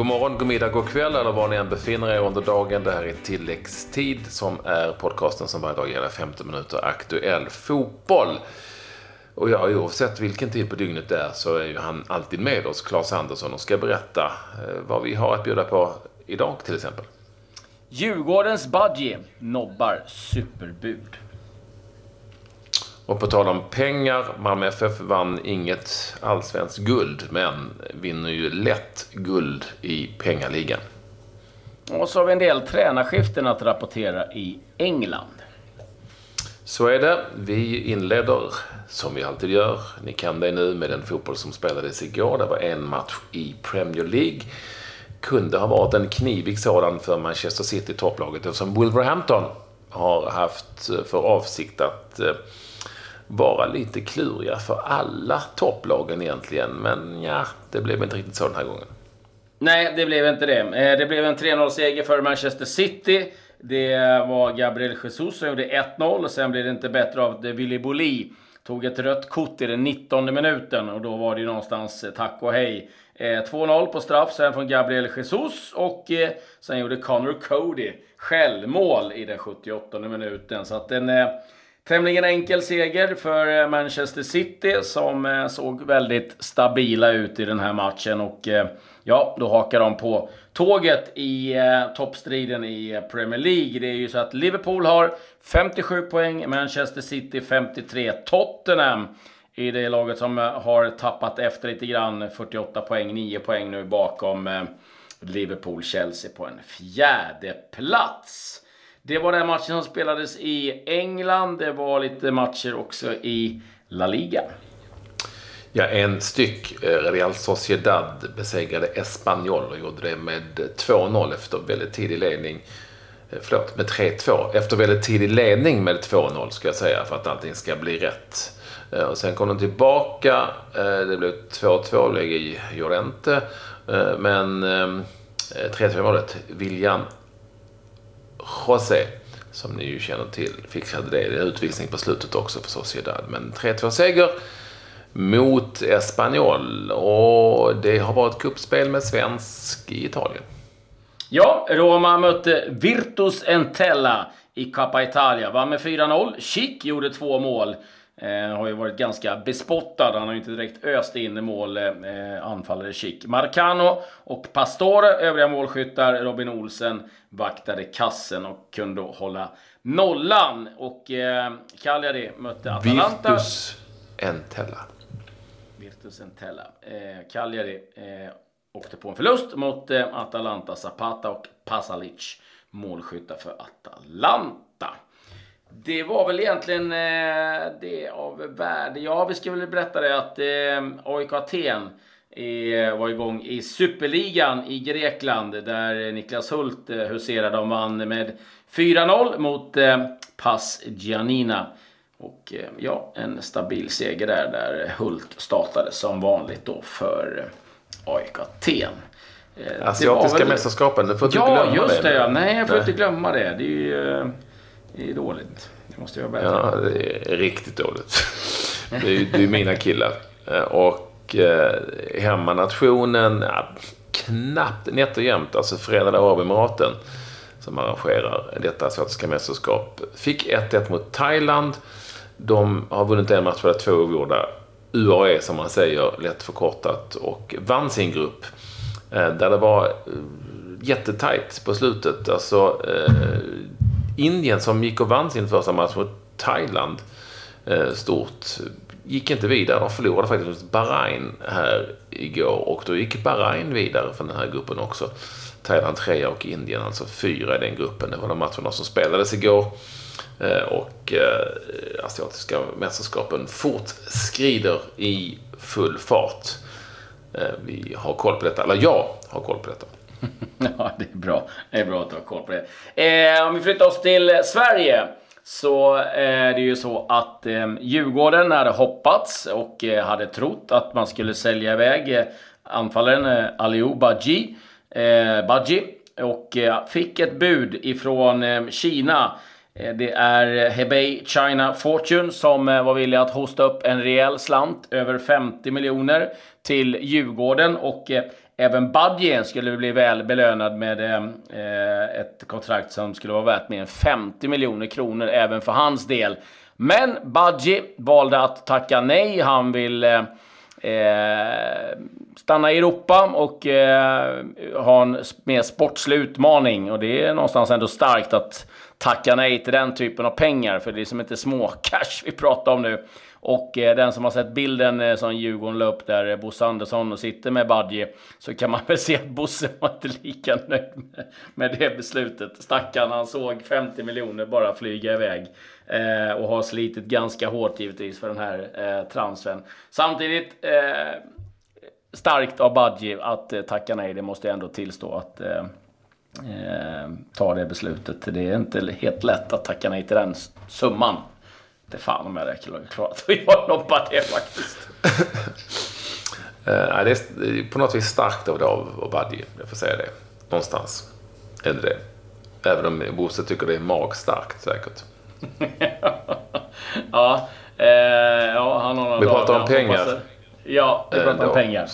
God morgon, god middag, god kväll eller var ni än befinner er under dagen. Det här är Tilläggstid som är podcasten som varje dag gäller 15 minuter aktuell fotboll. Och ja, oavsett vilken tid på dygnet det är så är ju han alltid med oss, Claes Andersson, och ska berätta vad vi har att bjuda på idag till exempel. Djurgårdens Badji nobbar superbud. Och på tal om pengar, Malmö FF vann inget allsvenskt guld, men vinner ju lätt guld i pengaligan. Och så har vi en del tränarskiften att rapportera i England. Så är det. Vi inleder som vi alltid gör. Ni kan det nu med den fotboll som spelades igår. Det var en match i Premier League. Kunde ha varit en knivig sådan för Manchester City topplaget, eftersom Wolverhampton har haft för avsikt att vara lite kluriga för alla topplagen egentligen. Men ja, det blev inte riktigt så den här gången. Nej, det blev inte det. Det blev en 3-0-seger för Manchester City. Det var Gabriel Jesus som gjorde 1-0 och sen blev det inte bättre av att Willy Boly tog ett rött kort i den 19:e minuten och då var det ju någonstans tack och hej. 2-0 på straff sen från Gabriel Jesus och sen gjorde Connor Cody självmål i den 78:e minuten. Så att en tämligen enkel seger för Manchester City som såg väldigt stabila ut i den här matchen och ja, då hakar de på tåget i toppstriden i Premier League. Det är ju så att Liverpool har 57 poäng, Manchester City 53, Tottenham i det laget som har tappat efter lite grann, 48 poäng, 9 poäng nu bakom Liverpool, Chelsea på en 4:e plats. Det var den matchen som spelades i England. Det var lite matcher också i La Liga. Ja, en styck. Real Sociedad besegrade Espanyol och gjorde det med 2-0 efter väldigt tidig ledning. Med 3-2. Efter väldigt tidig ledning med 2-0 ska jag säga för att allting ska bli rätt. Och sen kom de tillbaka. Det blev 2-2 läge i Llorente. Men 3-2-målet William José, som ni ju känner till, fixade det. Det är utvisning på slutet också för Sociedad. Men 3-2-seger mot Espanyol. Och det har varit kuppspel med svensk i Italien. Ja, Roma mötte Virtus Entella i Coppa Italia. Vann med 4-0. Schick gjorde 2 mål. Har ju varit ganska bespottad. Han har ju inte direkt öst in i mål, anfallare Schick. Marcano och Pastore, övriga målskyttar. Robin Olsen vaktade kassen och kunde hålla nollan. Och Cagliari mötte Atalanta. Virtus Entella. Cagliari åkte på en förlust mot Atalanta. Zapata och Pasalic målskyttar för Atalanta. Det var väl egentligen det av värde. Ja, vi ska väl berätta det att AIK Aten var igång i Superligan i Grekland där Niklas Hult huserade och vann med 4-0 mot PAS Giannina. Och ja, en stabil seger där Hult startade som vanligt då för AIK Aten. Asiatiska mästerskapen, du får inte glömma det. Ja, just det. Ja. Nej, jag får inte glömma det. Det är ju det är dåligt. Det måste jag berätta. Ja, det är riktigt dåligt. Det är mina killar. Och hemmanationen, knappt nätt och jämnt. Alltså Förenade Arabemiraten som arrangerar detta asiatiska mästerskap fick 1-1 mot Thailand. De har vunnit en match för 2 oavgjorda. UAE som man säger, lätt förkortat, och vann sin grupp. Där det var jättetajt på slutet. Alltså Indien som gick och vann sin första match mot Thailand stort gick inte vidare. De förlorade faktiskt mot Bahrain här igår och då gick Bahrain vidare från den här gruppen också. Thailand 3 och Indien alltså 4 i den gruppen. Det var de matcherna som spelades igår och asiatiska mästerskapen fortskrider i full fart. Vi har koll på detta, eller jag har koll på detta. Ja, det är bra. Det är bra att du har koll på det. Om vi flyttar oss till Sverige så är det ju så att Djurgården hade hoppats och hade trott att man skulle sälja iväg anfallaren Aliou Badji och fick ett bud ifrån Kina. Det är Hebei China Fortune som var villig att hosta upp en rejäl slant över 50 miljoner till Djurgården och även Badji skulle bli väl belönad med ett kontrakt som skulle vara värt mer än 50 miljoner kronor även för hans del. Men Badji valde att tacka nej. Han vill stanna i Europa och ha en mer sportslig utmaning. Och det är någonstans ändå starkt att tacka nej till den typen av pengar. För det är som inte små cash vi pratar om nu. Och den som har sett bilden som Djurgården la upp där Bosse Andersson sitter med Badji, så kan man väl se att Bosse var inte lika nöjd med det beslutet. Stackarn, han såg 50 miljoner bara flyga iväg och har slitit ganska hårt givetvis för den här transfern. Samtidigt starkt av Badji att tacka nej, det måste jag ändå tillstå att ta det beslutet. Det är inte helt lätt att tacka nej till den summan. Det fan om jag räcker klart att jag loppar det faktiskt. Det är på något vis starkt av Badji, jag får säga det. Någonstans är det. Även om Bosse tycker det är magstarkt säkert. Ja, han har vi pratar om pengar. Ja, vi pratar om pengar.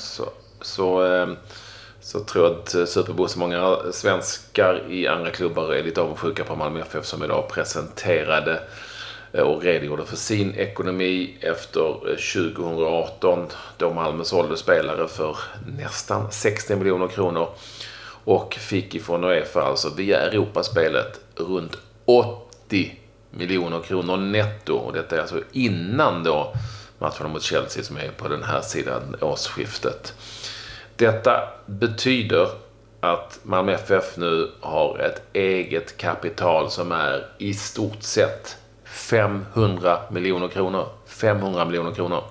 Så tror jag att Superbosse, många svenskar i andra klubbar är lite avundsjuka på Malmö FF som idag presenterade och redogjorde för sin ekonomi efter 2018 då Malmö sålde spelare för nästan 60 miljoner kronor och fick ifrån UEFA, alltså via Europaspelet, runt 80 miljoner kronor netto. Och detta är alltså innan då matchen mot Chelsea som är på den här sidan årsskiftet. Detta betyder att Malmö FF nu har ett eget kapital som är i stort sett 500 miljoner kronor. 500 miljoner kronor.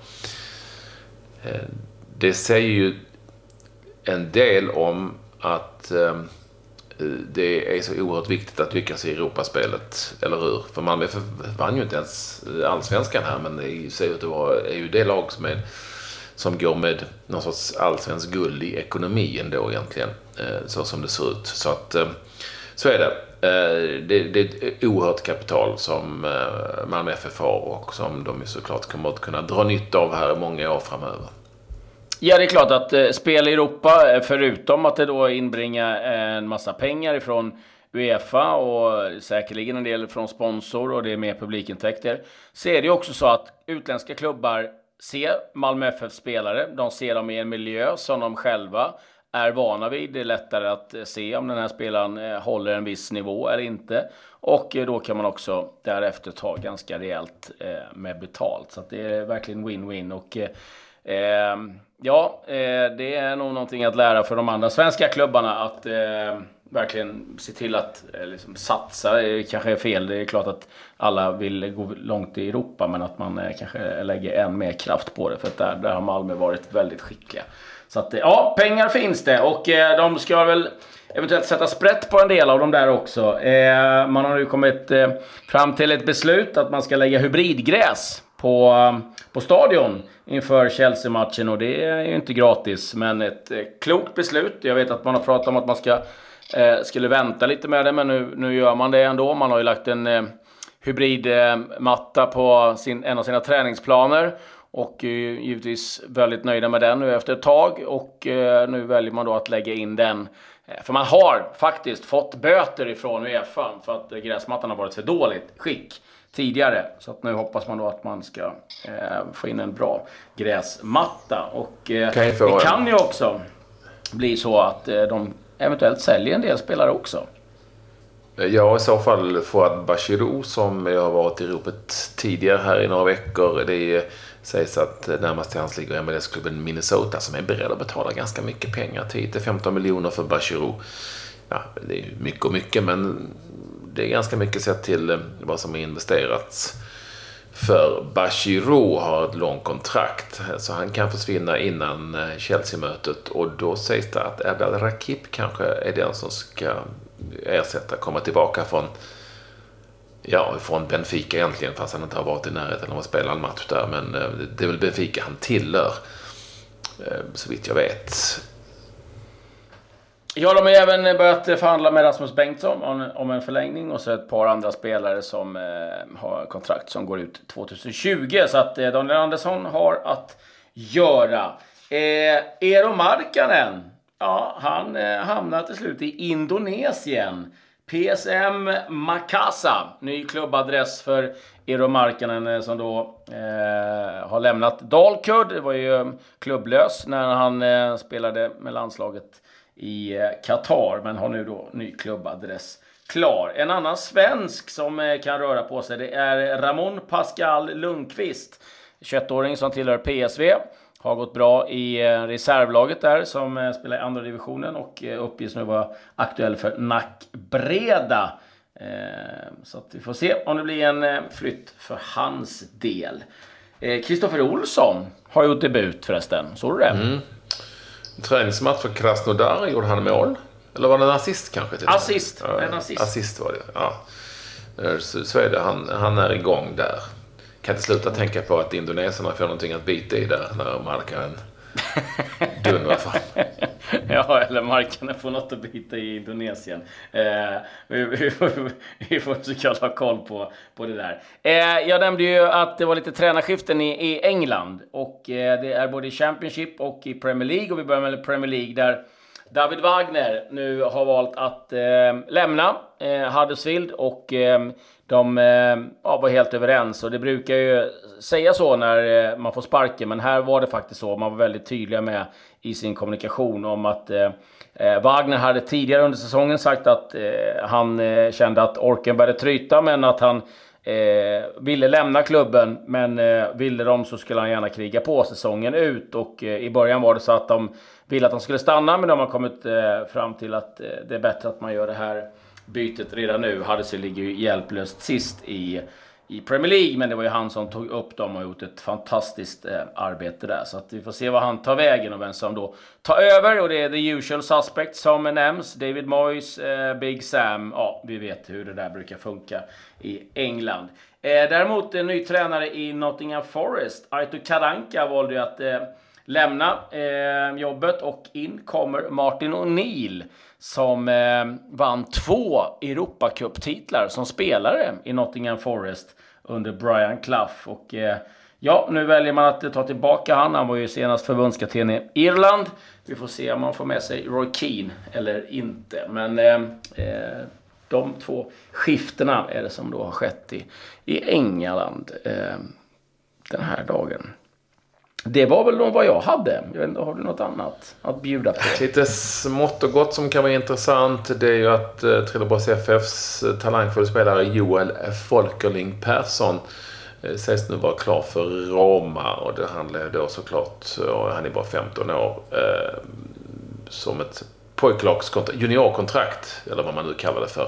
Det säger ju en del om att det är så oerhört viktigt att lyckas i Europaspelet, eller hur? För Malmö vann ju inte ens allsvenskan här, men det säger att det är ju det lag som går med någon sorts allsvensk guld i ekonomin då egentligen, så som det ser ut. Så att så är det. Det är ett oerhört kapital som Malmö FF har och som de såklart kommer att kunna dra nytta av här många år framöver. Ja, det är klart att spel i Europa, förutom att det då inbringar en massa pengar ifrån UEFA och säkerligen en del från sponsor och det är mer publikintäkter, så är det också så att utländska klubbar ser Malmö FF-spelare, de ser dem i en miljö som de själva är vana vid. Det är lättare att se om den här spelaren håller en viss nivå eller inte. Och då kan man också därefter ta ganska rejält med betalt. Så att det är verkligen win-win. Och det är nog någonting att lära för de andra svenska klubbarna att verkligen se till att liksom satsa. Det kanske är fel. Det är klart att alla vill gå långt i Europa, men att man kanske lägger än mer kraft på det. För att där har Malmö varit väldigt skickliga. Så att ja, pengar finns det och de ska väl eventuellt sätta sprätt på en del av dem där också. Man har nu kommit fram till ett beslut att man ska lägga hybridgräs på stadion inför Chelsea-matchen, och det är ju inte gratis, men ett klokt beslut. Jag vet att man har pratat om att man skulle vänta lite med det, men nu gör man det ändå. Man har ju lagt en hybridmatta på en av sina träningsplaner och givetvis väldigt nöjda med den nu efter ett tag, och nu väljer man då att lägga in den. För man har faktiskt fått böter ifrån UEFA för att gräsmattan har varit för dåligt skick tidigare. Så att nu hoppas man då att man ska få in en bra gräsmatta. Och det kan ju också bli så att de eventuellt säljer en del spelare också. Ja, i så fall Fouad Bachirou som jag har varit i ropet tidigare här i några veckor. Det sägs att närmast till hans ligger MLS-klubben Minnesota som är beredd att betala ganska mycket pengar, 10-15 miljoner för Bachirou. Ja, det är mycket och mycket, men det är ganska mycket sett till vad som är investerats. För Bachirou har ett långt kontrakt, så han kan försvinna innan Chelsea-mötet, och då sägs det att Erdal Rakip kanske är den som ska komma tillbaka från Benfica egentligen, fast han inte har varit i närheten av att spela en match där, men det är väl Benfica han tillhör, så vitt jag vet. Ja, de har även börjat förhandla med Rasmus Bengtsson om en förlängning, och så ett par andra spelare som har kontrakt som går ut 2020, så att Daniel Andersson har att göra. Eero Markkanen Ja, han hamnar till slut i Indonesien. PSM Makassar, ny klubbadress för Eero Markkanen som då har lämnat Dalkurd. Det var ju klubblös när han spelade med landslaget i Qatar, men har nu då ny klubbadress klar. En annan svensk som kan röra på sig, det är Ramon Pascal Lundqvist, 21-åring som tillhör PSV. Har gått bra i reservlaget där som spelar i andra divisionen och uppges nu vara aktuell för Nackbreda. Så att vi får se om det blir en flytt för hans del. Kristoffer Olsson har gjort debut förresten. Såg du det? Träningsmatch för Krasnodar, gjorde han mål? Eller var det en assist kanske? Assist. Ja, en assist. Assist var det, ja. Så är det, han är igång där. Kan inte sluta tänka på att indoneserna får någonting att bita i där när Markkanen dundrar fram. Ja, eller Markkanen får något att bita i Indonesien. Vi får försöka hålla koll på det där. Jag nämnde ju att det var lite tränarskiften i England. Och det är både i Championship och i Premier League. Och vi börjar med Premier League där David Wagner nu har valt att lämna Huddersfield och de var helt överens. Och det brukar ju säga så när man får sparken, men här var det faktiskt så. Man var väldigt tydliga med i sin kommunikation om att Wagner hade tidigare under säsongen sagt att han kände att orken började tryta, men att han ville lämna klubben, men ville de så skulle han gärna kriga på säsongen ut. Och i början var det så att de ville att han skulle stanna, men de har kommit fram till att det är bättre att man gör det här bytet redan nu. Huddersfield ligger ju hjälplöst sist i Premier League, men det var ju han som tog upp dem och gjort ett fantastiskt arbete där. Så att vi får se vad han tar vägen och vem som då tar över. Och det är the usual suspects som nämns. David Moyes, Big Sam. Ja, vi vet hur det där brukar funka i England. Däremot en ny tränare i Nottingham Forest, Aito Karanka, valde ju att lämna jobbet, och in kommer Martin O'Neill som vann 2 Europacup-titlar som spelare i Nottingham Forest under Brian Clough. Och nu väljer man att ta tillbaka han var ju senast förbundskapten i Irland. Vi får se om man får med sig Roy Keane eller inte. Men de 2 skiftena är det som då har skett i England den här dagen. Det var väl nog vad jag hade. Jag vet inte, har du något annat att bjuda på? Lite smått och gott som kan vara intressant, det är ju att Trelleborgs FFs talangfulla spelare Joel Folkerling Persson sägs nu vara klar för Roma, och det handlar då såklart, han är bara 15 år, som ett juniorkontrakt, eller vad man nu kallar det för.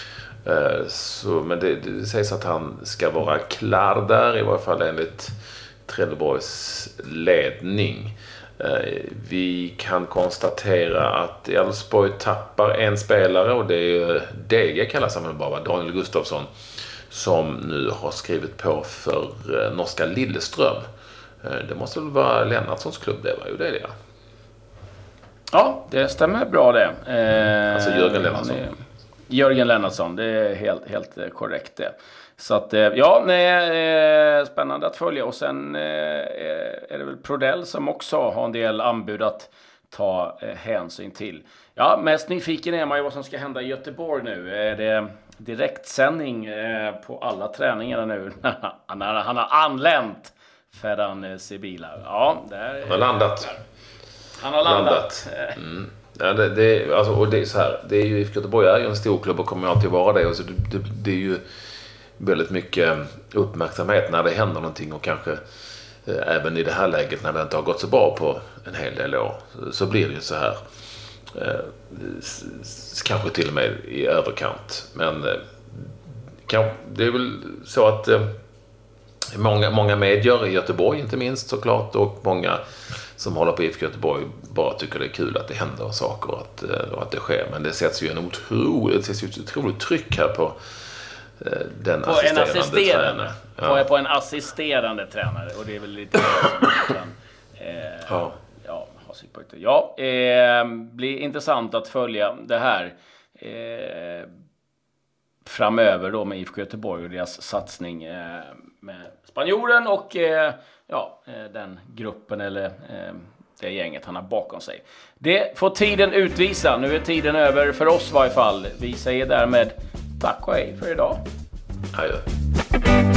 Men det sägs att han ska vara klar där, i varje fall enligt Trelleborgs ledning. Vi kan konstatera att Elfsborg tappar en spelare, och det är DG kallas han bara, Daniel Gustafsson, som nu har skrivit på för norska Lillestrøm. Det måste väl vara Lennartssons klubb, det var ju det. Ja, det stämmer bra det. Alltså Jörgen Lennartsson. Jörgen Lennartsson, det är helt korrekt det. Så att, spännande att följa. Och sen är det väl Prodell som också har en del anbud att ta hänsyn till. Ja, mest nyfiken är man ju vad som ska hända i Göteborg nu. Är det direktsändning på alla träningar nu? Han har anlänt Ferran Sibila. Ja, där han har landat. Han har landat. Ja, alltså, och det är så här, det är ju, Göteborg är ju en stor klubb och kommer alltid vara det. Och så det är ju väldigt mycket uppmärksamhet när det händer någonting, och kanske även i det här läget när det inte har gått så bra på en hel del år, så blir det ju så här, kanske till och med i överkant. Men det är väl så att många medier i Göteborg inte minst såklart, och många som håller på IFK Göteborg bara tycker det är kul att det händer saker och att det sker. Men det sätts ju ett otroligt tryck här på den assisterande tränaren. På en assisterande tränare, och det är väl lite ha synpunkter. Ja, blir intressant att följa det här framöver då med IFK Göteborg och deras satsning med spanjoren och den gruppen eller det gänget han har bakom sig. Det får tiden utvisa. Nu är tiden över för oss i varje fall. Vi säger därmed tack och hej för idag. Adjö.